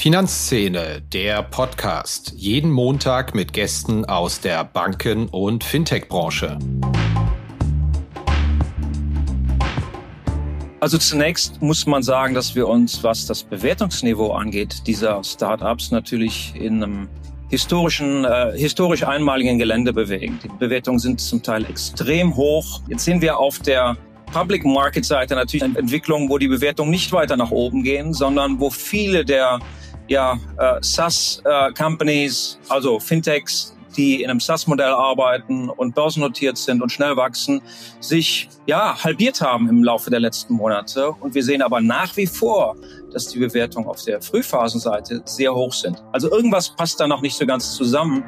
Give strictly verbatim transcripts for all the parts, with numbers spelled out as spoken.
Finanzszene, der Podcast. Jeden Montag mit Gästen aus der Banken- und Fintech-Branche. Also zunächst muss man sagen, dass wir uns, was das Bewertungsniveau angeht, dieser Startups natürlich in einem historischen, äh, historisch einmaligen Gelände bewegen. Die Bewertungen sind zum Teil extrem hoch. Jetzt sehen wir auf der Public Market Seite natürlich eine Entwicklung, wo die Bewertungen nicht weiter nach oben gehen, sondern wo viele der ja, äh, SaaS-Companies, äh, also Fintechs, die in einem SaaS-Modell arbeiten und börsennotiert sind und schnell wachsen, sich ja halbiert haben im Laufe der letzten Monate. Und wir sehen aber nach wie vor, dass die Bewertungen auf der Frühphasenseite sehr hoch sind. Also irgendwas passt da noch nicht so ganz zusammen.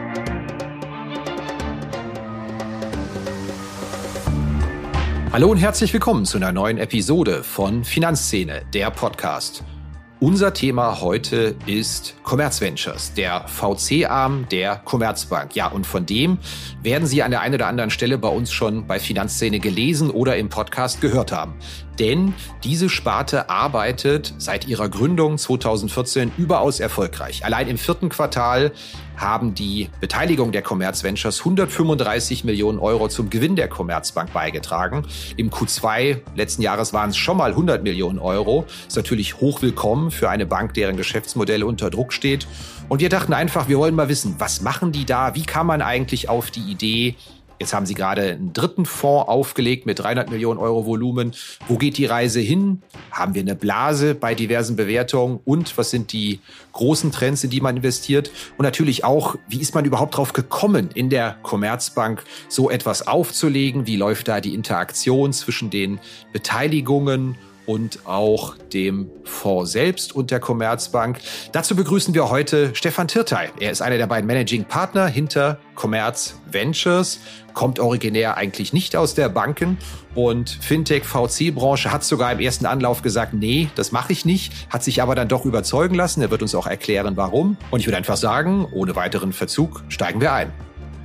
Hallo und herzlich willkommen zu einer neuen Episode von Finanzszene, der Podcast. Unser Thema heute ist Commerz Ventures, der V C-Arm der Commerzbank. Ja, und von dem werden Sie an der einen oder anderen Stelle bei uns schon bei Finanzszene gelesen oder im Podcast gehört haben. Denn diese Sparte arbeitet seit ihrer Gründung zweitausendvierzehn überaus erfolgreich. Allein im vierten Quartal haben die Beteiligung der Commerz Ventures hundertfünfunddreißig Millionen Euro zum Gewinn der Commerzbank beigetragen. Im Q zwei letzten Jahres waren es schon mal hundert Millionen Euro. Ist natürlich hochwillkommen für eine Bank, deren Geschäftsmodell unter Druck steht. Und wir dachten einfach, wir wollen mal wissen, was machen die da? Wie kam man eigentlich auf die Idee? Jetzt haben sie gerade einen dritten Fonds aufgelegt mit dreihundert Millionen Euro Volumen. Wo geht die Reise hin? Haben wir eine Blase bei diversen Bewertungen? Und was sind die großen Trends, in die man investiert? Und natürlich auch, wie ist man überhaupt drauf gekommen, in der Commerzbank so etwas aufzulegen? Wie läuft da die Interaktion zwischen den Beteiligungen und auch dem Fonds selbst und der Commerzbank? Dazu begrüßen wir heute Stefan Tirtay. Er ist einer der beiden Managing Partner hinter Commerz Ventures, kommt originär eigentlich nicht aus der Banken- und Fintech-V C-Branche, hat sogar im ersten Anlauf gesagt, nee, das mache ich nicht, hat sich aber dann doch überzeugen lassen. Er wird uns auch erklären, warum. Und ich würde einfach sagen, ohne weiteren Verzug steigen wir ein.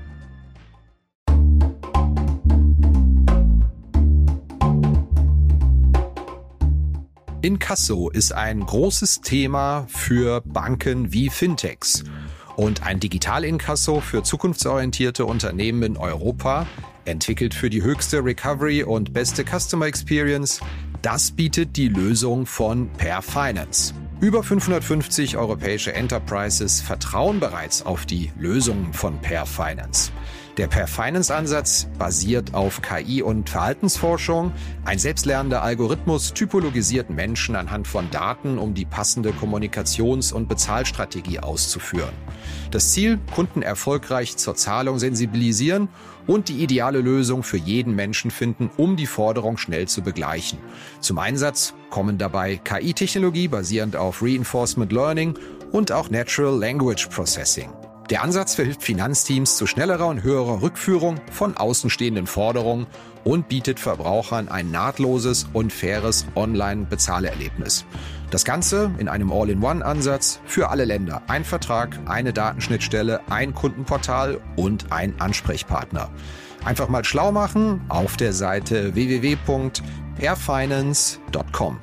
Inkasso ist ein großes Thema für Banken wie Fintechs. Und ein Digital-Inkasso für zukunftsorientierte Unternehmen in Europa, entwickelt für die höchste Recovery und beste Customer Experience, das bietet die Lösung von Pair Finance. Über fünfhundertfünfzig europäische Enterprises vertrauen bereits auf die Lösungen von Pair Finance. Der Pair Finance-Ansatz basiert auf K I und Verhaltensforschung. Ein selbstlernender Algorithmus typologisiert Menschen anhand von Daten, um die passende Kommunikations- und Bezahlstrategie auszuführen. Das Ziel, Kunden erfolgreich zur Zahlung sensibilisieren und die ideale Lösung für jeden Menschen finden, um die Forderung schnell zu begleichen. Zum Einsatz kommen dabei K I-Technologie basierend auf Reinforcement Learning und auch Natural Language Processing. Der Ansatz verhilft Finanzteams zu schnellerer und höherer Rückführung von außenstehenden Forderungen und bietet Verbrauchern ein nahtloses und faires Online-Bezahlerlebnis. Das Ganze in einem All-in-One-Ansatz für alle Länder. Ein Vertrag, eine Datenschnittstelle, ein Kundenportal und ein Ansprechpartner. Einfach mal schlau machen auf der Seite w w w punkt pairfinance punkt com.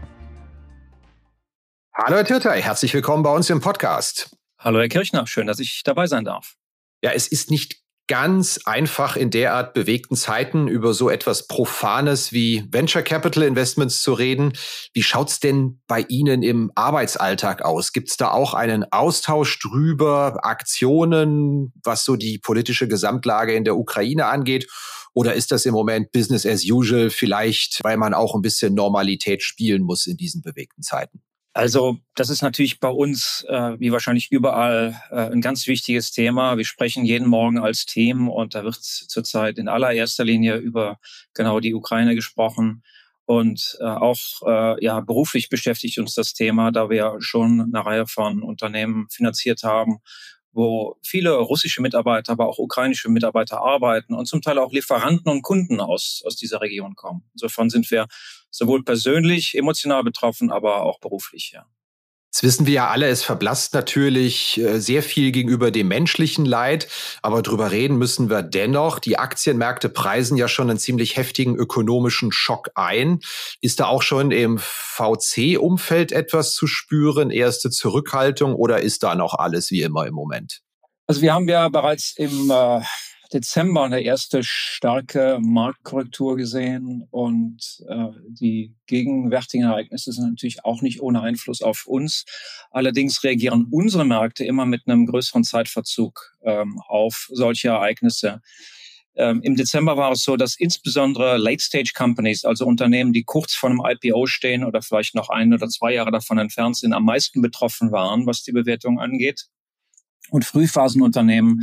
Hallo Herr Tirtay, herzlich willkommen bei uns im Podcast. Hallo Herr Kirchner, schön, dass ich dabei sein darf. Ja, es ist nicht ganz einfach in derart bewegten Zeiten über so etwas Profanes wie Venture Capital Investments zu reden. Wie schaut's denn bei Ihnen im Arbeitsalltag aus? Gibt's da auch einen Austausch drüber, Aktionen, was so die politische Gesamtlage in der Ukraine angeht? Oder ist das im Moment Business as usual, vielleicht weil man auch ein bisschen Normalität spielen muss in diesen bewegten Zeiten? Also das ist natürlich bei uns, äh, wie wahrscheinlich überall, äh, ein ganz wichtiges Thema. Wir sprechen jeden Morgen als Team und da wird zurzeit in allererster Linie über genau die Ukraine gesprochen. Und äh, auch äh, ja beruflich beschäftigt uns das Thema, da wir schon eine Reihe von Unternehmen finanziert haben, wo viele russische Mitarbeiter, aber auch ukrainische Mitarbeiter arbeiten und zum Teil auch Lieferanten und Kunden aus, aus dieser Region kommen. Insofern sind wir sowohl persönlich, emotional betroffen, aber auch beruflich, ja. Das wissen wir ja alle, es verblasst natürlich sehr viel gegenüber dem menschlichen Leid, aber drüber reden müssen wir dennoch. Die Aktienmärkte preisen ja schon einen ziemlich heftigen ökonomischen Schock ein. Ist da auch schon im V C-Umfeld etwas zu spüren, erste Zurückhaltung, oder ist da noch alles wie immer im Moment? Also wir haben ja bereits im äh Dezember eine erste starke Marktkorrektur gesehen und äh, die gegenwärtigen Ereignisse sind natürlich auch nicht ohne Einfluss auf uns. Allerdings reagieren unsere Märkte immer mit einem größeren Zeitverzug ähm, auf solche Ereignisse. Ähm, Im Dezember war es so, dass insbesondere Late-Stage-Companies, also Unternehmen, die kurz vor einem I P O stehen oder vielleicht noch ein oder zwei Jahre davon entfernt sind, am meisten betroffen waren, was die Bewertung angeht. Und Frühphasenunternehmen,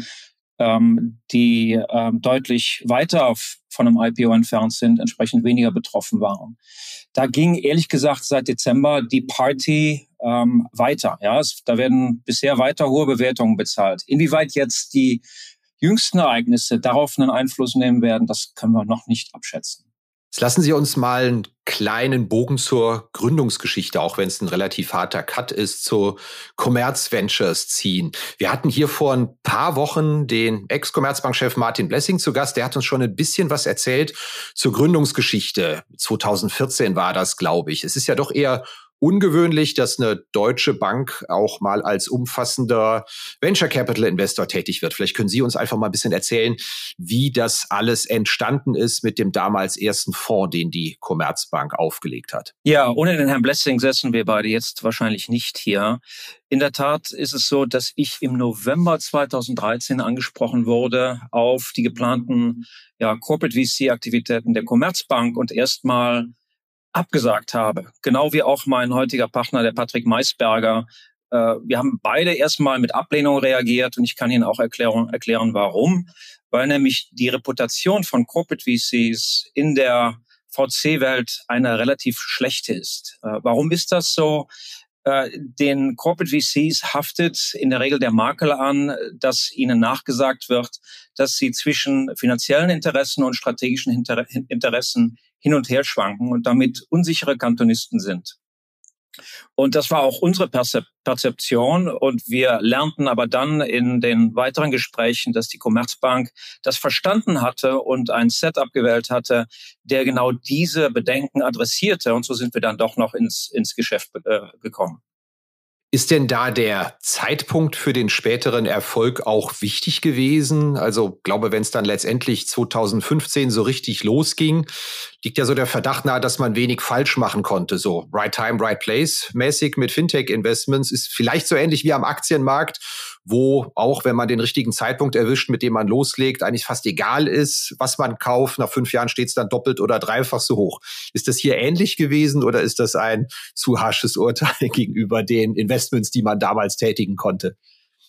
ähm, die ähm, deutlich weiter auf, von einem I P O entfernt sind, entsprechend weniger betroffen waren. Da ging ehrlich gesagt seit Dezember die Party ähm, weiter. Ja, es, da werden bisher weiter hohe Bewertungen bezahlt. Inwieweit jetzt die jüngsten Ereignisse darauf einen Einfluss nehmen werden, das können wir noch nicht abschätzen. Jetzt lassen Sie uns mal einen kleinen Bogen zur Gründungsgeschichte, auch wenn es ein relativ harter Cut ist, zu Commerz Ventures ziehen. Wir hatten hier vor ein paar Wochen den Ex-Commerzbank-Chef Martin Blessing zu Gast. Der hat uns schon ein bisschen was erzählt zur Gründungsgeschichte. zweitausendvierzehn war das, glaube ich. Es ist ja doch eher ungewöhnlich, dass eine deutsche Bank auch mal als umfassender Venture Capital Investor tätig wird. Vielleicht können Sie uns einfach mal ein bisschen erzählen, wie das alles entstanden ist mit dem damals ersten Fonds, den die Commerzbank aufgelegt hat. Ja, ohne den Herrn Blessing säßen wir beide jetzt wahrscheinlich nicht hier. In der Tat ist es so, dass ich im November zweitausenddreizehn angesprochen wurde auf die geplanten ja, Corporate V C-Aktivitäten der Commerzbank und erstmal abgesagt habe. Genau wie auch mein heutiger Partner, der Patrick Maisberger. Äh, wir haben beide erstmal mit Ablehnung reagiert und ich kann Ihnen auch erklären, erklären, warum. Weil nämlich die Reputation von Corporate V Cs in der V C-Welt eine relativ schlechte ist. Äh, warum ist das so? Äh, den Corporate V Cs haftet in der Regel der Makel an, dass ihnen nachgesagt wird, dass sie zwischen finanziellen Interessen und strategischen Inter- Interessen hin und her schwanken und damit unsichere Kantonisten sind. Und das war auch unsere Perzep- Perzeption. Und wir lernten aber dann in den weiteren Gesprächen, dass die Commerzbank das verstanden hatte und ein Setup gewählt hatte, der genau diese Bedenken adressierte. Und so sind wir dann doch noch ins, ins Geschäft äh, gekommen. Ist denn da der Zeitpunkt für den späteren Erfolg auch wichtig gewesen? Also, glaube, wenn es dann letztendlich zweitausendfünfzehn so richtig losging, liegt ja so der Verdacht nahe, dass man wenig falsch machen konnte. So right time, right place mäßig mit Fintech-Investments ist vielleicht so ähnlich wie am Aktienmarkt, wo auch, wenn man den richtigen Zeitpunkt erwischt, mit dem man loslegt, eigentlich fast egal ist, was man kauft. Nach fünf Jahren steht es dann doppelt oder dreifach so hoch. Ist das hier ähnlich gewesen oder ist das ein zu harsches Urteil gegenüber den Investments, die man damals tätigen konnte?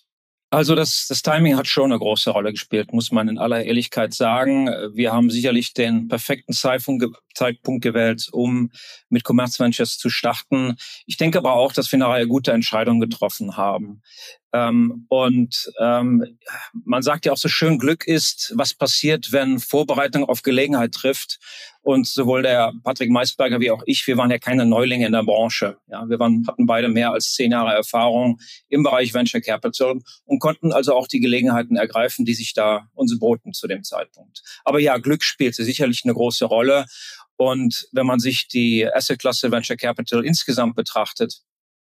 Also das, das Timing hat schon eine große Rolle gespielt, muss man in aller Ehrlichkeit sagen. Wir haben sicherlich den perfekten Zeitpunkt gewählt, um mit Commerz Ventures zu starten. Ich denke aber auch, dass wir eine Reihe guter Entscheidungen getroffen haben. Ähm, und ähm, man sagt ja auch so schön, Glück ist, was passiert, wenn Vorbereitung auf Gelegenheit trifft. Und sowohl der Patrick Maisberger wie auch ich, wir waren ja keine Neulinge in der Branche. Ja, wir waren, hatten beide mehr als zehn Jahre Erfahrung im Bereich Venture Capital und konnten also auch die Gelegenheiten ergreifen, die sich da uns boten zu dem Zeitpunkt. Aber ja, Glück spielte sicherlich eine große Rolle. Und wenn man sich die Assetklasse Venture Capital insgesamt betrachtet,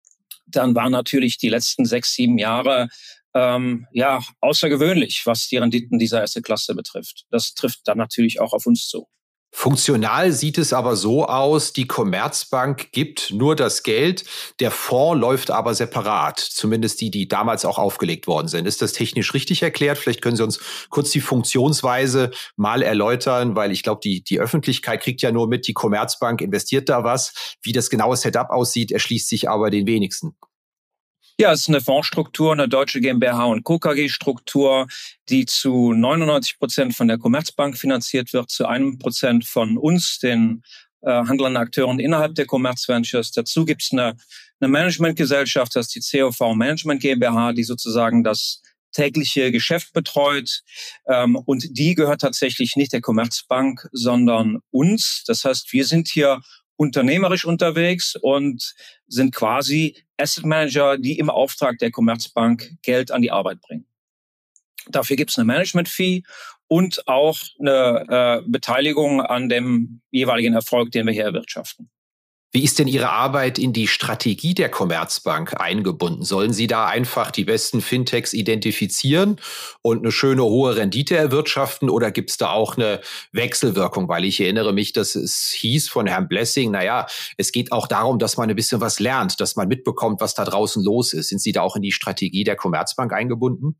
dann waren natürlich die letzten sechs, sieben Jahre ähm, ja außergewöhnlich, was die Renditen dieser Assetklasse betrifft. Das trifft dann natürlich auch auf uns zu. Funktional sieht es aber so aus, die Commerzbank gibt nur das Geld, der Fonds läuft aber separat, zumindest die, die damals auch aufgelegt worden sind. Ist das technisch richtig erklärt? Vielleicht können Sie uns kurz die Funktionsweise mal erläutern, weil ich glaube, die, die Öffentlichkeit kriegt ja nur mit, die Commerzbank investiert da was. Wie das genaue Setup aussieht, erschließt sich aber den wenigsten. Ja, es ist eine Fondsstruktur, eine deutsche GmbH und Co. K G-Struktur, die zu neunundneunzig Prozent von der Commerzbank finanziert wird, zu einem Prozent von uns, den äh, handelnden Akteuren innerhalb der Commerz Ventures. Dazu gibt es eine, eine Managementgesellschaft, das ist die C O V Management GmbH, die sozusagen das tägliche Geschäft betreut. Ähm, und die gehört tatsächlich nicht der Commerzbank, sondern uns. Das heißt, wir sind hier unternehmerisch unterwegs und sind quasi Asset Manager, die im Auftrag der Commerzbank Geld an die Arbeit bringen. Dafür gibt es eine Management-Fee und auch eine äh, Beteiligung an dem jeweiligen Erfolg, den wir hier erwirtschaften. Wie ist denn Ihre Arbeit in die Strategie der Commerzbank eingebunden? Sollen Sie da einfach die besten Fintechs identifizieren und eine schöne hohe Rendite erwirtschaften oder gibt es da auch eine Wechselwirkung? Weil ich erinnere mich, dass es hieß von Herrn Blessing, naja, es geht auch darum, dass man ein bisschen was lernt, dass man mitbekommt, was da draußen los ist. Sind Sie da auch in die Strategie der Commerzbank eingebunden?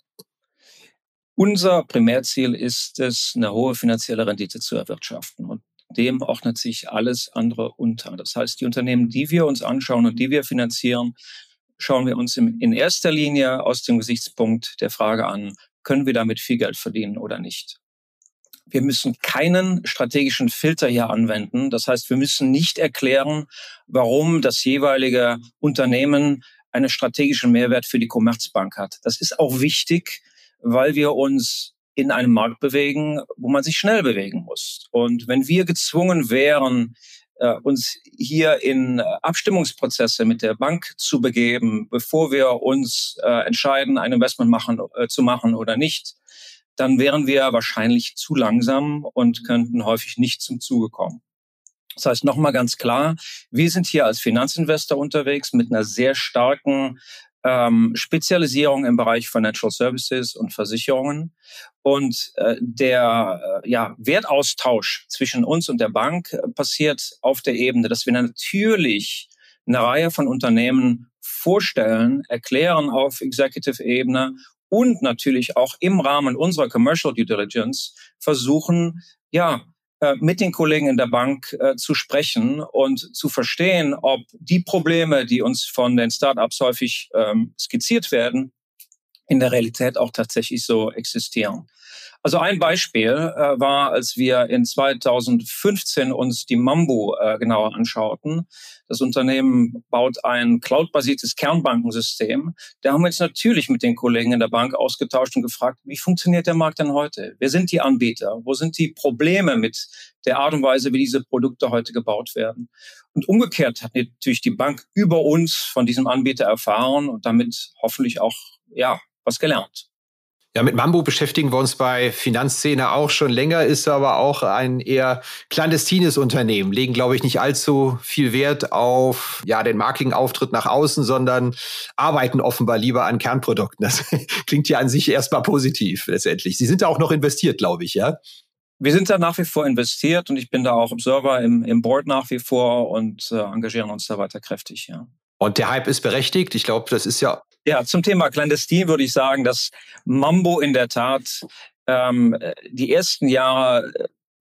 Unser Primärziel ist es, eine hohe finanzielle Rendite zu erwirtschaften. Und dem ordnet sich alles andere unter. Das heißt, die Unternehmen, die wir uns anschauen und die wir finanzieren, schauen wir uns in erster Linie aus dem Gesichtspunkt der Frage an, können wir damit viel Geld verdienen oder nicht? Wir müssen keinen strategischen Filter hier anwenden. Das heißt, wir müssen nicht erklären, warum das jeweilige Unternehmen einen strategischen Mehrwert für die Commerzbank hat. Das ist auch wichtig, weil wir uns in einem Markt bewegen, wo man sich schnell bewegen muss. Und wenn wir gezwungen wären, uns hier in Abstimmungsprozesse mit der Bank zu begeben, bevor wir uns entscheiden, ein Investment machen, zu machen oder nicht, dann wären wir wahrscheinlich zu langsam und könnten häufig nicht zum Zuge kommen. Das heißt, nochmal ganz klar, wir sind hier als Finanzinvestor unterwegs mit einer sehr starken Ähm, Spezialisierung im Bereich Financial Services und Versicherungen. Und äh, der äh, ja, Wertaustausch zwischen uns und der Bank äh, passiert auf der Ebene, dass wir natürlich eine Reihe von Unternehmen vorstellen, erklären auf Executive-Ebene und natürlich auch im Rahmen unserer Commercial Due Diligence versuchen, ja, mit den Kollegen in der Bank äh, zu sprechen und zu verstehen, ob die Probleme, die uns von den Startups häufig ähm, skizziert werden, in der Realität auch tatsächlich so existieren. Also ein Beispiel äh, war, als wir in zweitausendfünfzehn uns die Mambu äh, genauer anschauten. Das Unternehmen baut ein cloud-basiertes Kernbankensystem. Da haben wir uns natürlich mit den Kollegen in der Bank ausgetauscht und gefragt, wie funktioniert der Markt denn heute? Wer sind die Anbieter? Wo sind die Probleme mit der Art und Weise, wie diese Produkte heute gebaut werden? Und umgekehrt hat natürlich die Bank über uns von diesem Anbieter erfahren und damit hoffentlich auch ja was gelernt. Ja, mit Mambu beschäftigen wir uns bei Finanzszene auch schon länger, ist aber auch ein eher clandestines Unternehmen, legen, glaube ich, nicht allzu viel Wert auf ja den Marketingauftritt nach außen, sondern arbeiten offenbar lieber an Kernprodukten. Das klingt ja an sich erstmal positiv letztendlich. Sie sind da auch noch investiert, glaube ich, ja? Wir sind da nach wie vor investiert und ich bin da auch Observer im, im Board nach wie vor und äh, engagieren uns da weiter kräftig, ja. Und der Hype ist berechtigt. Ich glaube, das ist ja... Ja, zum Thema Clandestin würde ich sagen, dass Mambu in der Tat ähm, die ersten Jahre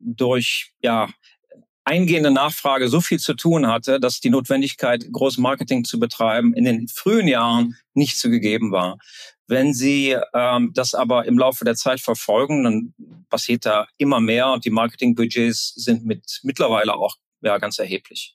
durch ja eingehende Nachfrage so viel zu tun hatte, dass die Notwendigkeit, groß Marketing zu betreiben, in den frühen Jahren nicht so gegeben war. Wenn Sie ähm, das aber im Laufe der Zeit verfolgen, dann passiert da immer mehr und die Marketingbudgets sind mit mittlerweile auch ja ganz erheblich.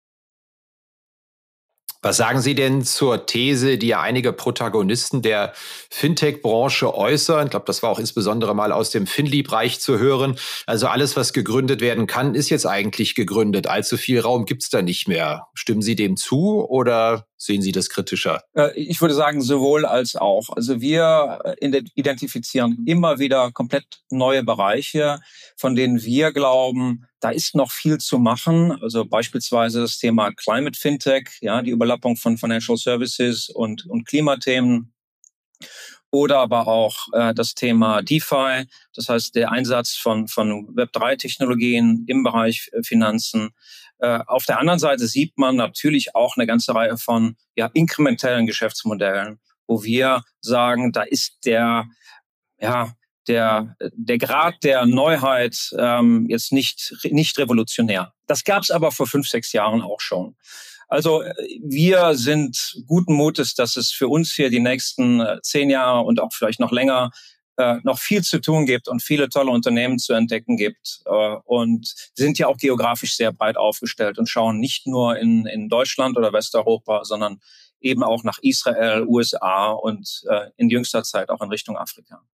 Was sagen Sie denn zur These, die ja einige Protagonisten der Fintech-Branche äußern? Ich glaube, das war auch insbesondere mal aus dem Finli-Bereich zu hören. Also alles, was gegründet werden kann, ist jetzt eigentlich gegründet. Allzu viel Raum gibt es da nicht mehr. Stimmen Sie dem zu oder sehen Sie das kritischer? Ich würde sagen, sowohl als auch. Also wir identifizieren immer wieder komplett neue Bereiche, von denen wir glauben, da ist noch viel zu machen. Also beispielsweise das Thema Climate Fintech, ja, die Überlappung von Financial Services und, und Klimathemen. Oder aber auch äh, das Thema DeFi, das heißt der Einsatz von, von Web drei Technologien im Bereich äh, Finanzen. Äh, auf der anderen Seite sieht man natürlich auch eine ganze Reihe von ja, inkrementellen Geschäftsmodellen, wo wir sagen, da ist der, ja, der, der Grad der Neuheit ähm, jetzt nicht, nicht revolutionär. Das gab es aber vor fünf, sechs Jahren auch schon. Also wir sind guten Mutes, dass es für uns hier die nächsten zehn Jahre und auch vielleicht noch länger äh, noch viel zu tun gibt und viele tolle Unternehmen zu entdecken gibt. Äh, und sind ja auch geografisch sehr breit aufgestellt und schauen nicht nur in, in Deutschland oder Westeuropa, sondern eben auch nach Israel, U S A und äh, in jüngster Zeit auch in Richtung Afrika.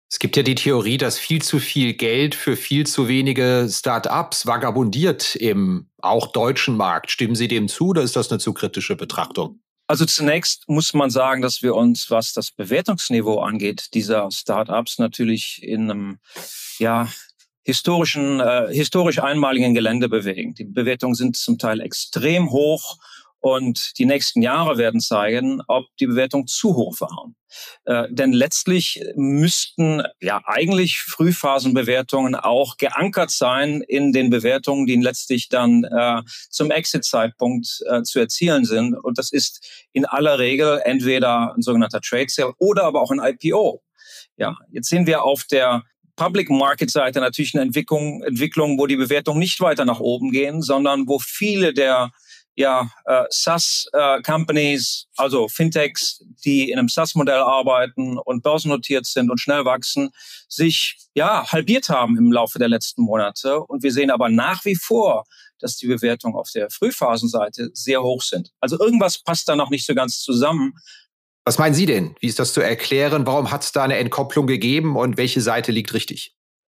Es gibt ja die Theorie, dass viel zu viel Geld für viel zu wenige Start-ups vagabundiert im auch deutschen Markt. Stimmen Sie dem zu oder ist das eine zu kritische Betrachtung? Also zunächst muss man sagen, dass wir uns, was das Bewertungsniveau angeht, dieser Start-ups natürlich in einem, ja, historischen, äh, historisch einmaligen Gelände bewegen. Die Bewertungen sind zum Teil extrem hoch. Und die nächsten Jahre werden zeigen, ob die Bewertungen zu hoch waren. Äh, denn letztlich müssten ja eigentlich Frühphasenbewertungen auch geankert sein in den Bewertungen, die letztlich dann äh, zum Exit-Zeitpunkt äh, zu erzielen sind. Und das ist in aller Regel entweder ein sogenannter Trade Sale oder aber auch ein I P O. Ja, jetzt sehen wir auf der Public Market Seite natürlich eine Entwicklung, Entwicklung, wo die Bewertungen nicht weiter nach oben gehen, sondern wo viele der ja, äh, SaaS-Companies, äh, also Fintechs, die in einem SaaS-Modell arbeiten und börsennotiert sind und schnell wachsen, sich ja halbiert haben im Laufe der letzten Monate. Und wir sehen aber nach wie vor, dass die Bewertungen auf der Frühphasenseite sehr hoch sind. Also irgendwas passt da noch nicht so ganz zusammen. Was meinen Sie denn? Wie ist das zu erklären? Warum hat es da eine Entkopplung gegeben und welche Seite liegt richtig?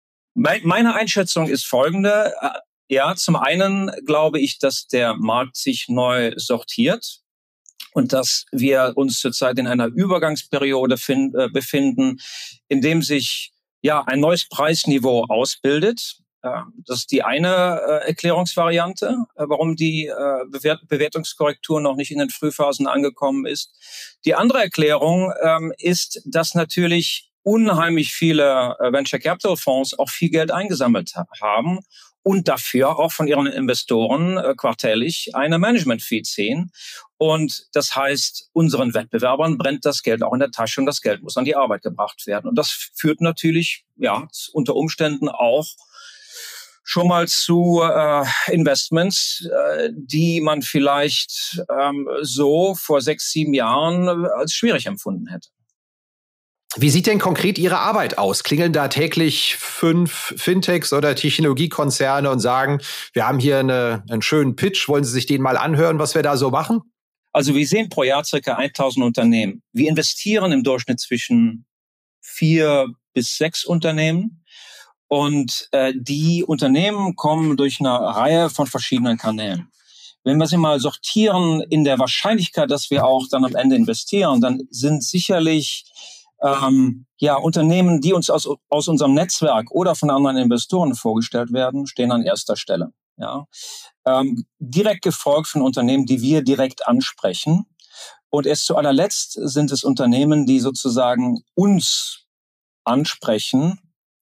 Meine Einschätzung ist folgende. Ja, zum einen glaube ich, dass der Markt sich neu sortiert und dass wir uns zurzeit in einer Übergangsperiode find, äh, befinden, in dem sich ja ein neues Preisniveau ausbildet. Äh, das ist die eine äh, Erklärungsvariante, äh, warum die äh, Bewert- Bewertungskorrektur noch nicht in den Frühphasen angekommen ist. Die andere Erklärung ähm, ist, dass natürlich unheimlich viele äh, Venture Capital Fonds auch viel Geld eingesammelt ha- haben und dafür auch von ihren Investoren äh, quartärlich eine Management-Fee ziehen. Und das heißt, unseren Wettbewerbern brennt das Geld auch in der Tasche und das Geld muss an die Arbeit gebracht werden. Und das führt natürlich ja unter Umständen auch schon mal zu äh, Investments, äh, die man vielleicht ähm, so vor sechs, sieben Jahren äh, als schwierig empfunden hätte. Wie sieht denn konkret Ihre Arbeit aus? Klingeln da täglich fünf Fintechs oder Technologiekonzerne und sagen, wir haben hier eine, einen schönen Pitch, wollen Sie sich den mal anhören, was wir da so machen? Also wir sehen pro Jahr circa tausend Unternehmen. Wir investieren im Durchschnitt zwischen vier bis sechs Unternehmen. Und äh, die Unternehmen kommen durch eine Reihe von verschiedenen Kanälen. Wenn wir sie mal sortieren in der Wahrscheinlichkeit, dass wir auch dann am Ende investieren, dann sind sicherlich Ähm, ja, Unternehmen, die uns aus, aus unserem Netzwerk oder von anderen Investoren vorgestellt werden, stehen an erster Stelle. Ja, ähm, direkt gefolgt von Unternehmen, die wir direkt ansprechen. Und erst zu allerletzt sind es Unternehmen, die sozusagen uns ansprechen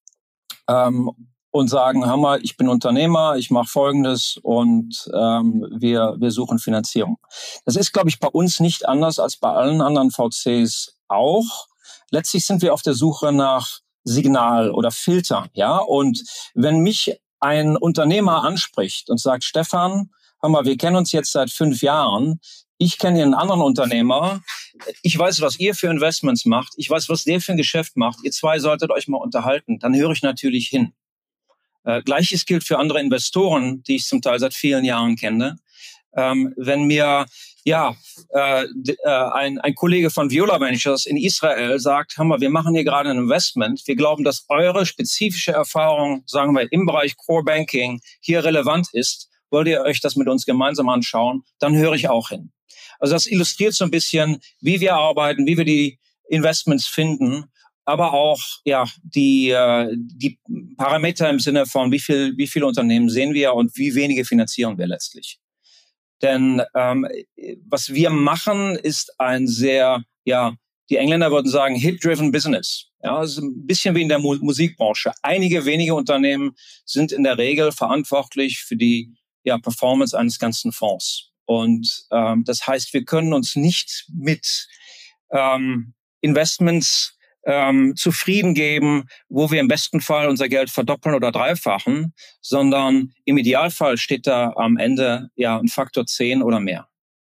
ähm, und sagen, hör mal, ich bin Unternehmer, ich mache Folgendes und ähm, wir, wir suchen Finanzierung. Das ist, glaube ich, bei uns nicht anders als bei allen anderen V Cs auch. Letztlich sind wir auf der Suche nach Signal oder Filter, ja. Und wenn mich ein Unternehmer anspricht und sagt, Stefan, hör mal, wir kennen uns jetzt seit fünf Jahren, ich kenne einen anderen Unternehmer, ich weiß, was ihr für Investments macht, ich weiß, was der für ein Geschäft macht, ihr zwei solltet euch mal unterhalten, dann höre ich natürlich hin. Äh, Gleiches gilt für andere Investoren, die ich zum Teil seit vielen Jahren kenne. Ähm, wenn mir ja äh, äh, ein, ein Kollege von Viola Ventures in Israel sagt, hör mal, wir machen hier gerade ein Investment, wir glauben, dass eure spezifische Erfahrung, sagen wir, im Bereich Core Banking hier relevant ist, wollt ihr euch das mit uns gemeinsam anschauen, dann höre ich auch hin. Also das illustriert so ein bisschen, wie wir arbeiten, wie wir die Investments finden, aber auch ja die äh, die Parameter im Sinne von wie viel wie viele Unternehmen sehen wir und wie wenige finanzieren wir letztlich. Denn ähm, was wir machen, ist ein sehr, ja, die Engländer würden sagen, hit-driven Business. Ja, es ist ein bisschen wie in der Mu- Musikbranche. Einige wenige Unternehmen sind in der Regel verantwortlich für die ja, Performance eines ganzen Fonds. Und ähm, das heißt, wir können uns nicht mit ähm, Investments ähm, zufrieden geben, wo wir im besten Fall unser Geld verdoppeln oder dreifachen, sondern im Idealfall steht da am Ende ja ein Faktor zehn oder mehr.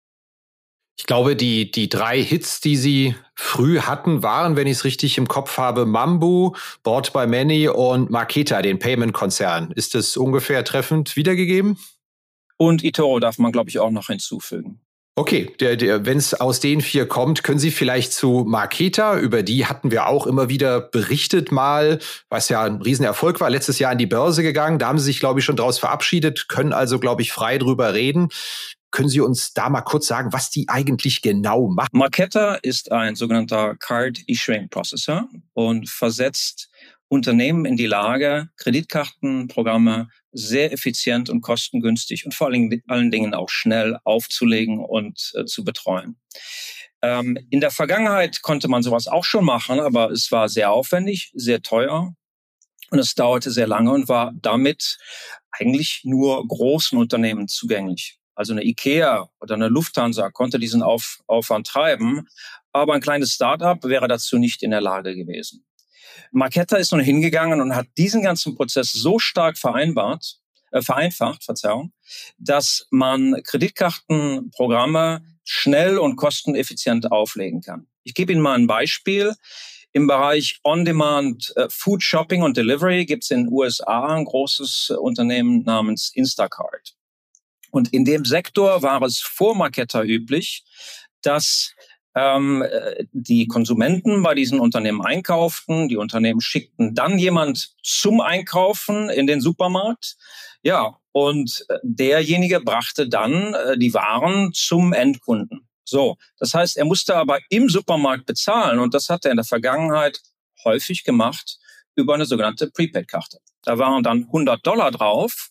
Ich glaube, die, die drei Hits, die Sie früh hatten, waren, wenn ich es richtig im Kopf habe, Mambu, Bought by Many und Marqeta, den Payment-Konzern. Ist das ungefähr treffend wiedergegeben? Und eToro darf man, glaube ich, auch noch hinzufügen. Okay, der, der, wenn es aus den vier kommt, können Sie vielleicht zu Marqeta, über die hatten wir auch immer wieder berichtet mal, was ja ein Riesenerfolg war, letztes Jahr an die Börse gegangen, da haben Sie sich, glaube ich, schon daraus verabschiedet, können also, glaube ich, frei drüber reden. Können Sie uns da mal kurz sagen, was die eigentlich genau machen? Marqeta ist ein sogenannter Card Issuing Processor und versetzt Unternehmen in die Lage, Kreditkartenprogramme sehr effizient und kostengünstig und vor allen, allen Dingen auch schnell aufzulegen und äh, zu betreuen. Ähm, in der Vergangenheit konnte man sowas auch schon machen, aber es war sehr aufwendig, sehr teuer und es dauerte sehr lange und war damit eigentlich nur großen Unternehmen zugänglich. Also eine IKEA oder eine Lufthansa konnte diesen Auf, Aufwand treiben, aber ein kleines Start-up wäre dazu nicht in der Lage gewesen. Marqeta ist nun hingegangen und hat diesen ganzen Prozess so stark vereinbart, äh, vereinfacht, Verzeihung, dass man Kreditkartenprogramme schnell und kosteneffizient auflegen kann. Ich gebe Ihnen mal ein Beispiel. Im Bereich On-Demand äh, Food Shopping und Delivery gibt es in den U S A ein großes äh, Unternehmen namens Instacart. Und in dem Sektor war es vor Marqeta üblich, dass ähm, die Konsumenten bei diesen Unternehmen einkauften. Die Unternehmen schickten dann jemand zum Einkaufen in den Supermarkt. Ja, und derjenige brachte dann äh, die Waren zum Endkunden. So, das heißt, er musste aber im Supermarkt bezahlen und das hat er in der Vergangenheit häufig gemacht über eine sogenannte Prepaid-Karte. Da waren dann hundert Dollar drauf.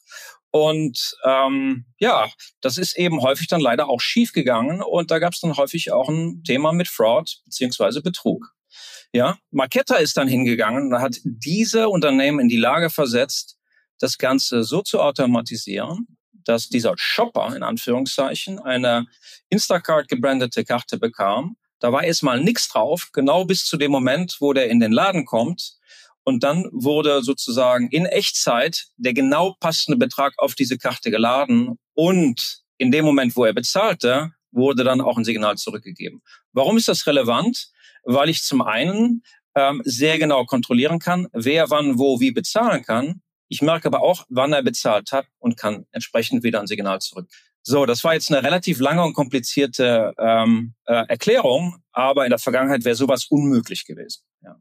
Und ähm, ja, das ist eben häufig dann leider auch schief gegangen und da gab es dann häufig auch ein Thema mit Fraud beziehungsweise Betrug. Ja, Marqeta ist dann hingegangen und hat diese Unternehmen in die Lage versetzt, das Ganze so zu automatisieren, dass dieser Shopper in Anführungszeichen eine Instacart gebrandete Karte bekam. Da war erstmal nichts drauf, genau bis zu dem Moment, wo der in den Laden kommt. Und dann wurde sozusagen in Echtzeit der genau passende Betrag auf diese Karte geladen. Und in dem Moment, wo er bezahlte, wurde dann auch ein Signal zurückgegeben. Warum ist das relevant? Weil ich zum einen ähm, sehr genau kontrollieren kann, wer wann wo wie bezahlen kann. Ich merke aber auch, wann er bezahlt hat und kann entsprechend wieder ein Signal zurück. So, das war jetzt eine relativ lange und komplizierte ähm, äh, Erklärung, aber in der Vergangenheit wäre sowas unmöglich gewesen. Ja.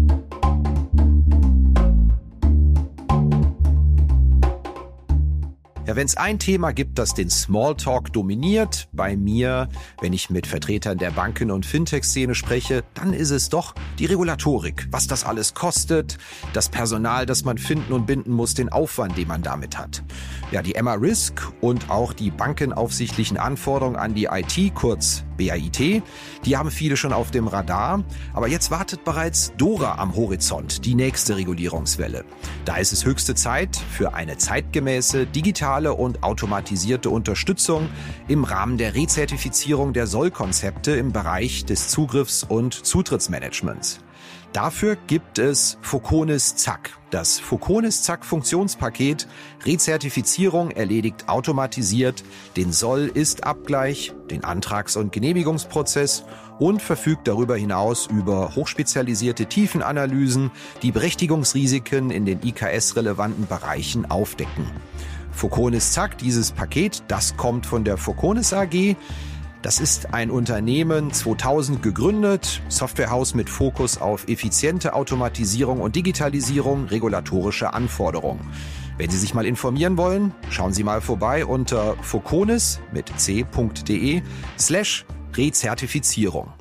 Ja, wenn es ein Thema gibt, das den Smalltalk dominiert, bei mir, wenn ich mit Vertretern der Banken- und Fintech-Szene spreche, dann ist es doch die Regulatorik. Was das alles kostet, das Personal, das man finden und binden muss, den Aufwand, den man damit hat. Ja, die Emma Risk und auch die bankenaufsichtlichen Anforderungen an die I T, kurz B A I T, die haben viele schon auf dem Radar. Aber jetzt wartet bereits DORA am Horizont, die nächste Regulierungswelle. Da ist es höchste Zeit für eine zeitgemäße, digitale und automatisierte Unterstützung im Rahmen der Rezertifizierung der Sollkonzepte im Bereich des Zugriffs- und Zutrittsmanagements. Dafür gibt es Foconis Zack. Das Foconis Zack Funktionspaket Rezertifizierung erledigt automatisiert den Soll-Ist-Abgleich, den Antrags- und Genehmigungsprozess und verfügt darüber hinaus über hochspezialisierte Tiefenanalysen, die Berechtigungsrisiken in den I K S-relevanten Bereichen aufdecken. Foconis Zack, dieses Paket, das kommt von der Foconis A G. Das ist ein Unternehmen, zweitausend gegründet, Softwarehaus mit Fokus auf effiziente Automatisierung und Digitalisierung regulatorischer Anforderungen. Wenn Sie sich mal informieren wollen, schauen Sie mal vorbei unter foconis mit c.de slash Rezertifizierung.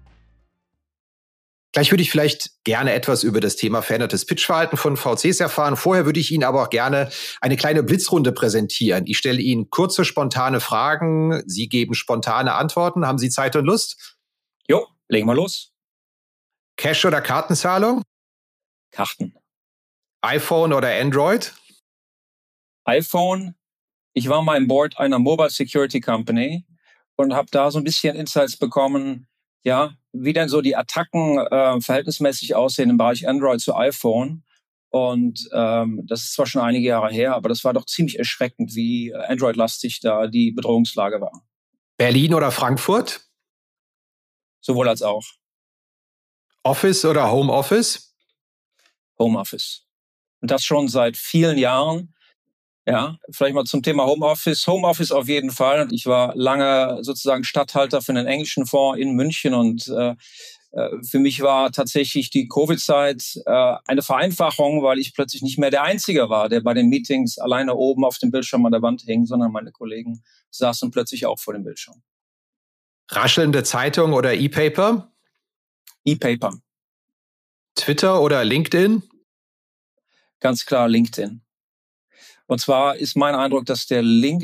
Gleich würde ich vielleicht gerne etwas über das Thema verändertes Pitchverhalten von V Cs erfahren. Vorher würde ich Ihnen aber auch gerne eine kleine Blitzrunde präsentieren. Ich stelle Ihnen kurze, spontane Fragen. Sie geben spontane Antworten. Haben Sie Zeit und Lust? Jo, legen wir los. Cash oder Kartenzahlung? Karten. iPhone oder Android? iPhone. Ich war mal im Board einer Mobile Security Company und habe da so ein bisschen Insights bekommen, ja, wie denn so die Attacken äh, verhältnismäßig aussehen im Bereich Android zu iPhone. Und ähm, das ist zwar schon einige Jahre her, aber das war doch ziemlich erschreckend, wie Android-lastig da die Bedrohungslage war. Berlin oder Frankfurt? Sowohl als auch. Office oder Homeoffice? Homeoffice. Und das schon seit vielen Jahren. Ja, vielleicht mal zum Thema Homeoffice. Homeoffice auf jeden Fall. Ich war lange sozusagen Statthalter für den englischen Fonds in München und äh, für mich war tatsächlich die Covid-Zeit äh, eine Vereinfachung, weil ich plötzlich nicht mehr der Einzige war, der bei den Meetings alleine oben auf dem Bildschirm an der Wand hing, sondern meine Kollegen saßen plötzlich auch vor dem Bildschirm. Raschelnde Zeitung oder E-Paper? E-Paper. Twitter oder LinkedIn? Ganz klar LinkedIn. Und zwar ist mein Eindruck, dass der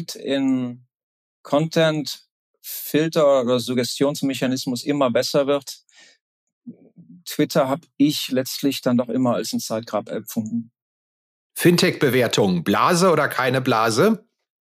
LinkedIn-Content-Filter oder Suggestionsmechanismus immer besser wird. Twitter habe ich letztlich dann doch immer als ein Zeitgrab empfunden. Fintech-Bewertung, Blase oder keine Blase?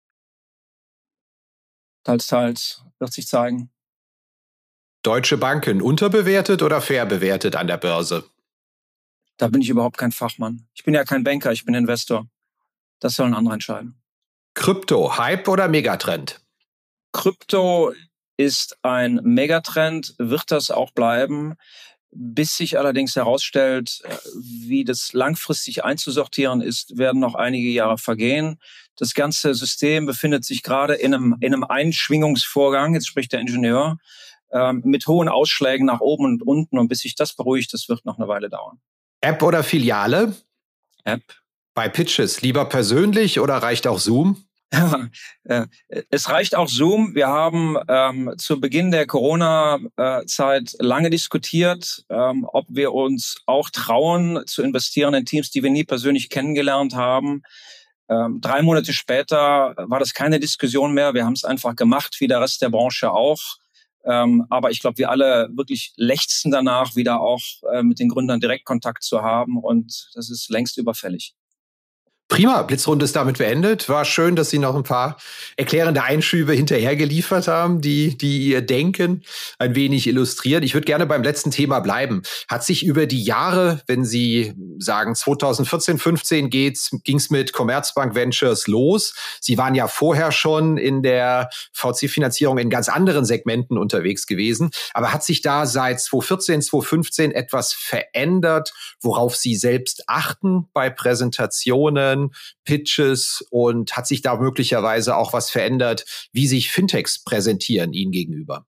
Teils, teils, wird sich zeigen. Deutsche Banken unterbewertet oder fair bewertet an der Börse? Da bin ich überhaupt kein Fachmann. Ich bin ja kein Banker, ich bin Investor. Das sollen andere entscheiden. Krypto, Hype oder Megatrend? Krypto ist ein Megatrend, wird das auch bleiben, bis sich allerdings herausstellt, wie das langfristig einzusortieren ist, werden noch einige Jahre vergehen. Das ganze System befindet sich gerade in einem, in einem Einschwingungsvorgang, jetzt spricht der Ingenieur, ähm, mit hohen Ausschlägen nach oben und unten. Und bis sich das beruhigt, das wird noch eine Weile dauern. App oder Filiale? App. Bei Pitches lieber persönlich oder reicht auch Zoom? Ja, äh, es reicht auch Zoom. Wir haben ähm, zu Beginn der Corona-Zeit lange diskutiert, ähm, ob wir uns auch trauen, zu investieren in Teams, die wir nie persönlich kennengelernt haben. Ähm, drei Monate später war das keine Diskussion mehr. Wir haben es einfach gemacht, wie der Rest der Branche auch. Ähm, aber ich glaube, wir alle wirklich lechzen danach, wieder auch äh, mit den Gründern Direktkontakt zu haben. Und das ist längst überfällig. Prima, Blitzrunde ist damit beendet. War schön, dass Sie noch ein paar erklärende Einschübe hinterher geliefert haben, die, die Ihr Denken ein wenig illustrieren. Ich würde gerne beim letzten Thema bleiben. Hat sich über die Jahre, wenn Sie sagen, zweitausendvierzehn, fünfzehn geht's, ging's mit Commerzbank Ventures los. Sie waren ja vorher schon in der V C-Finanzierung in ganz anderen Segmenten unterwegs gewesen. Aber hat sich da seit zweitausendvierzehn, zweitausendfünfzehn etwas verändert, worauf Sie selbst achten bei Präsentationen, Pitches, und hat sich da möglicherweise auch was verändert, wie sich Fintechs präsentieren Ihnen gegenüber?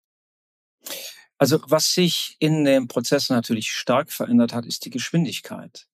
Also was sich in dem Prozess natürlich stark verändert hat, ist die Geschwindigkeit.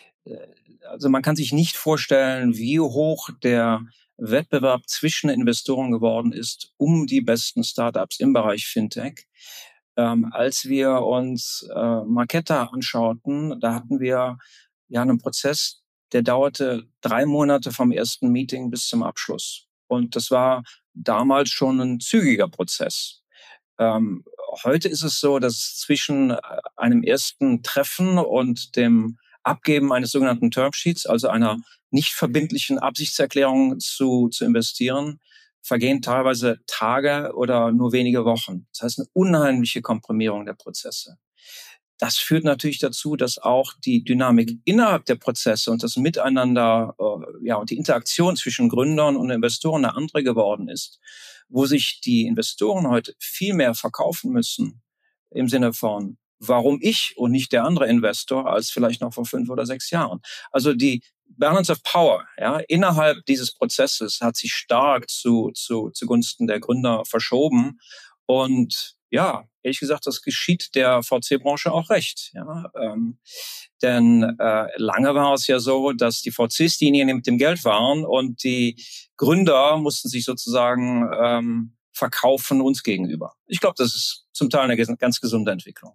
Also man kann sich nicht vorstellen, wie hoch der Wettbewerb zwischen Investoren geworden ist um die besten Startups im Bereich Fintech. Ähm, als wir uns äh, Marqeta anschauten, da hatten wir ja einen Prozess, der dauerte drei Monate vom ersten Meeting bis zum Abschluss. Und das war damals schon ein zügiger Prozess. Ähm, heute ist es so, dass zwischen einem ersten Treffen und dem Abgeben eines sogenannten Termsheets, also einer nicht verbindlichen Absichtserklärung zu, zu investieren, vergehen teilweise Tage oder nur wenige Wochen. Das heißt, eine unheimliche Komprimierung der Prozesse. Das führt natürlich dazu, dass auch die Dynamik innerhalb der Prozesse und das Miteinander, äh, ja, und die Interaktion zwischen Gründern und Investoren eine andere geworden ist, wo sich die Investoren heute viel mehr verkaufen müssen im Sinne von, warum ich und nicht der andere Investor, als vielleicht noch vor fünf oder sechs Jahren. Also die Balance of Power, ja, innerhalb dieses Prozesses hat sich stark zu, zu, zugunsten der Gründer verschoben. Und ja, ehrlich gesagt, das geschieht der V C-Branche auch recht. Ja, ähm, denn äh, lange war es ja so, dass die V Cs diejenigen mit dem Geld waren und die Gründer mussten sich sozusagen ähm, verkaufen uns gegenüber. Ich glaube, das ist zum Teil eine ganz gesunde Entwicklung.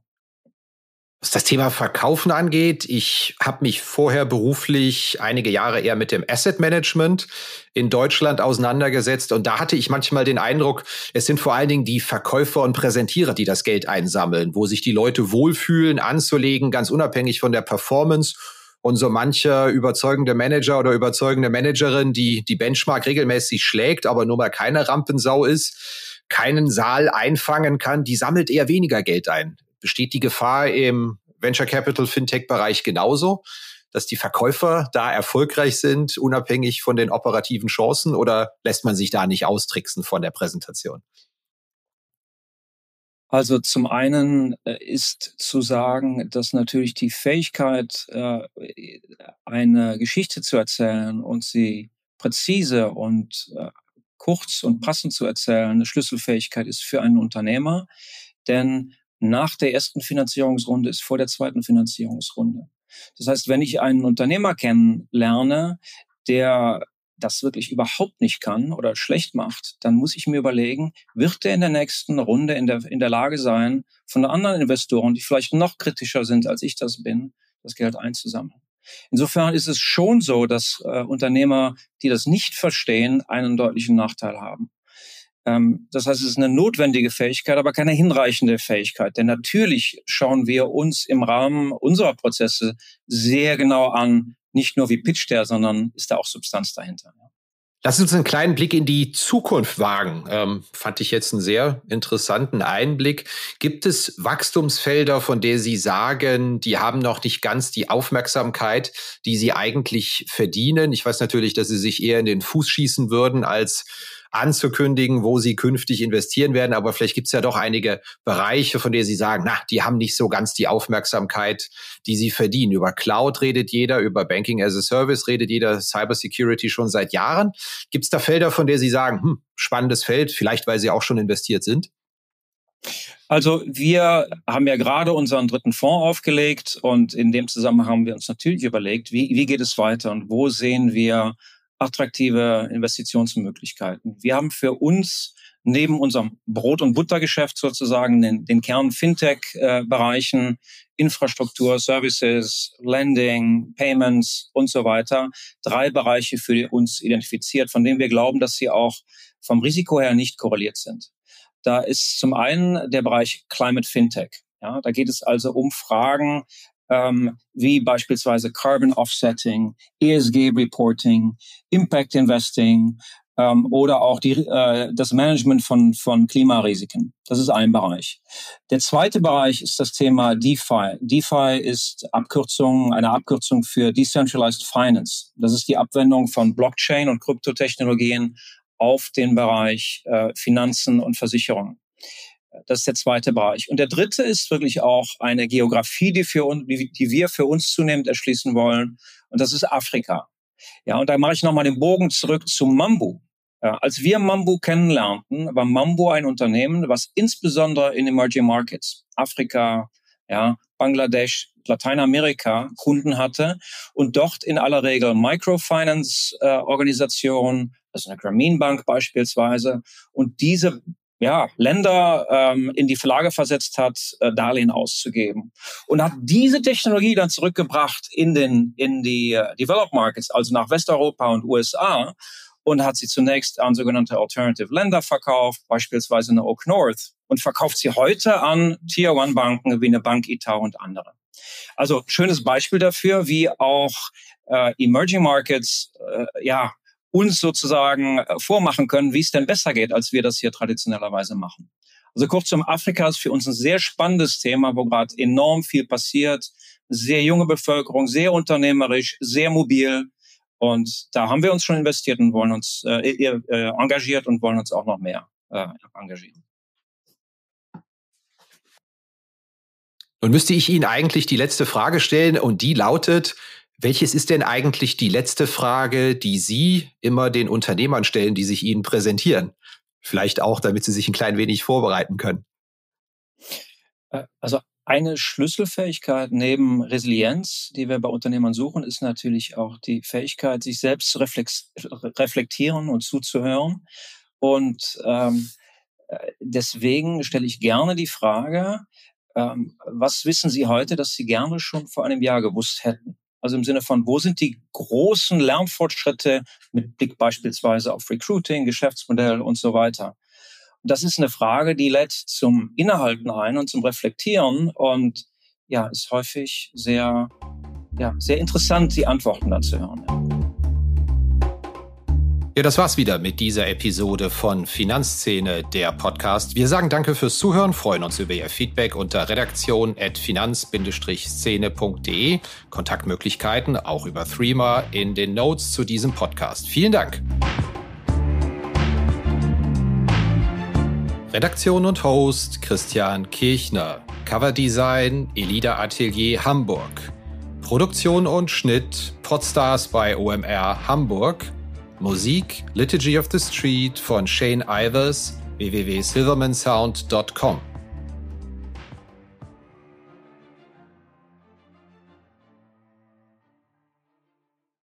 Was das Thema Verkaufen angeht, ich habe mich vorher beruflich einige Jahre eher mit dem Asset Management in Deutschland auseinandergesetzt. Und da hatte ich manchmal den Eindruck, es sind vor allen Dingen die Verkäufer und Präsentierer, die das Geld einsammeln, wo sich die Leute wohlfühlen, anzulegen, ganz unabhängig von der Performance. Und so mancher überzeugende Manager oder überzeugende Managerin, die die Benchmark regelmäßig schlägt, aber nur mal keine Rampensau ist, keinen Saal einfangen kann, die sammelt eher weniger Geld ein. Besteht die Gefahr im Venture Capital Fintech Bereich genauso, dass die Verkäufer da erfolgreich sind, unabhängig von den operativen Chancen, oder lässt man sich da nicht austricksen von der Präsentation? Also zum einen ist zu sagen, dass natürlich die Fähigkeit, eine Geschichte zu erzählen und sie präzise und äh, kurz und passend zu erzählen eine Schlüsselfähigkeit ist für einen Unternehmer. Denn nach der ersten Finanzierungsrunde ist vor der zweiten Finanzierungsrunde. Das heißt, wenn ich einen Unternehmer kennenlerne, der das wirklich überhaupt nicht kann oder schlecht macht, dann muss ich mir überlegen, wird der in der nächsten Runde in der, in der Lage sein, von anderen Investoren, die vielleicht noch kritischer sind, als ich das bin, das Geld einzusammeln. Insofern ist es schon so, dass äh, Unternehmer, die das nicht verstehen, einen deutlichen Nachteil haben. Ähm, das heißt, es ist eine notwendige Fähigkeit, aber keine hinreichende Fähigkeit. Denn natürlich schauen wir uns im Rahmen unserer Prozesse sehr genau an, nicht nur wie pitcht der, sondern ist da auch Substanz dahinter. Lass uns einen kleinen Blick in die Zukunft wagen. Ähm, fand ich jetzt einen sehr interessanten Einblick. Gibt es Wachstumsfelder, von der Sie sagen, die haben noch nicht ganz die Aufmerksamkeit, die sie eigentlich verdienen? Ich weiß natürlich, dass Sie sich eher in den Fuß schießen würden, als anzukündigen, wo Sie künftig investieren werden. Aber vielleicht gibt es ja doch einige Bereiche, von denen Sie sagen, na, die haben nicht so ganz die Aufmerksamkeit, die sie verdienen. Über Cloud redet jeder, über Banking as a Service redet jeder, Cybersecurity schon seit Jahren. Gibt es da Felder, von denen Sie sagen, hm, spannendes Feld, vielleicht weil Sie auch schon investiert sind? Also wir haben ja gerade unseren dritten Fonds aufgelegt und in dem Zusammenhang haben wir uns natürlich überlegt, wie, wie geht es weiter und wo sehen wir attraktive Investitionsmöglichkeiten. Wir haben für uns neben unserem Brot- und Buttergeschäft sozusagen den, den Kern Fintech-Bereichen, Infrastruktur, Services, Lending, Payments und so weiter, drei Bereiche für uns identifiziert, von denen wir glauben, dass sie auch vom Risiko her nicht korreliert sind. Da ist zum einen der Bereich Climate Fintech. Ja, da geht es also um Fragen, Ähm, wie beispielsweise Carbon Offsetting, E S G-Reporting, Impact Investing ähm, oder auch die, äh, das Management von, von Klimarisiken. Das ist ein Bereich. Der zweite Bereich ist das Thema DeFi. DeFi ist Abkürzung, eine Abkürzung für Decentralized Finance. Das ist die Abwendung von Blockchain und Kryptotechnologien auf den Bereich äh, Finanzen und Versicherungen. Das ist der zweite Bereich. Und der dritte ist wirklich auch eine Geografie, die, für uns, die, die wir für uns zunehmend erschließen wollen. Und das ist Afrika. Ja, und da mache ich nochmal den Bogen zurück zu Mambu. Ja, als wir Mambu kennenlernten, war Mambu ein Unternehmen, was insbesondere in Emerging Markets, Afrika, ja, Bangladesch, Lateinamerika Kunden hatte und dort in aller Regel Microfinance-Organisationen, äh, also eine Grameen Bank beispielsweise, und diese ja, Länder ähm, in die Lage versetzt hat, äh, Darlehen auszugeben. Und hat diese Technologie dann zurückgebracht in den in die uh, Developed Markets, also nach Westeuropa und U S A, und hat sie zunächst an sogenannte Alternative Länder verkauft, beispielsweise eine Oak North, und verkauft sie heute an Tier-One-Banken wie eine Bank Itaú und andere. Also schönes Beispiel dafür, wie auch äh, Emerging Markets äh, ja uns sozusagen vormachen können, wie es denn besser geht, als wir das hier traditionellerweise machen. Also kurzum, Afrika ist für uns ein sehr spannendes Thema, wo gerade enorm viel passiert. Sehr junge Bevölkerung, sehr unternehmerisch, sehr mobil. Und da haben wir uns schon investiert und wollen uns äh, äh, engagiert und wollen uns auch noch mehr äh, engagieren. Nun müsste ich Ihnen eigentlich die letzte Frage stellen und die lautet: Welches ist denn eigentlich die letzte Frage, die Sie immer den Unternehmern stellen, die sich Ihnen präsentieren? Vielleicht auch, damit Sie sich ein klein wenig vorbereiten können. Also eine Schlüsselfähigkeit neben Resilienz, die wir bei Unternehmern suchen, ist natürlich auch die Fähigkeit, sich selbst zu reflektieren und zuzuhören. Und ähm, deswegen stelle ich gerne die Frage, ähm, was wissen Sie heute, das Sie gerne schon vor einem Jahr gewusst hätten? Also im Sinne von, wo sind die großen Lernfortschritte mit Blick beispielsweise auf Recruiting, Geschäftsmodell und so weiter. Und das ist eine Frage, die lädt zum Innehalten ein und zum Reflektieren und ja, ist häufig sehr, ja, sehr interessant, die Antworten dann zu hören. Ja. Ja, das war's wieder mit dieser Episode von Finanzszene, der Podcast. Wir sagen danke fürs Zuhören, freuen uns über Ihr Feedback unter redaktion at finanz szene punkt de. Kontaktmöglichkeiten auch über Threema in den Notes zu diesem Podcast. Vielen Dank. Redaktion und Host Christian Kirchner. Coverdesign Elida Atelier Hamburg. Produktion und Schnitt Podstars bei O M R Hamburg. Musik Liturgy of the Street von Shane Ivers, w w w punkt silvermansound punkt com.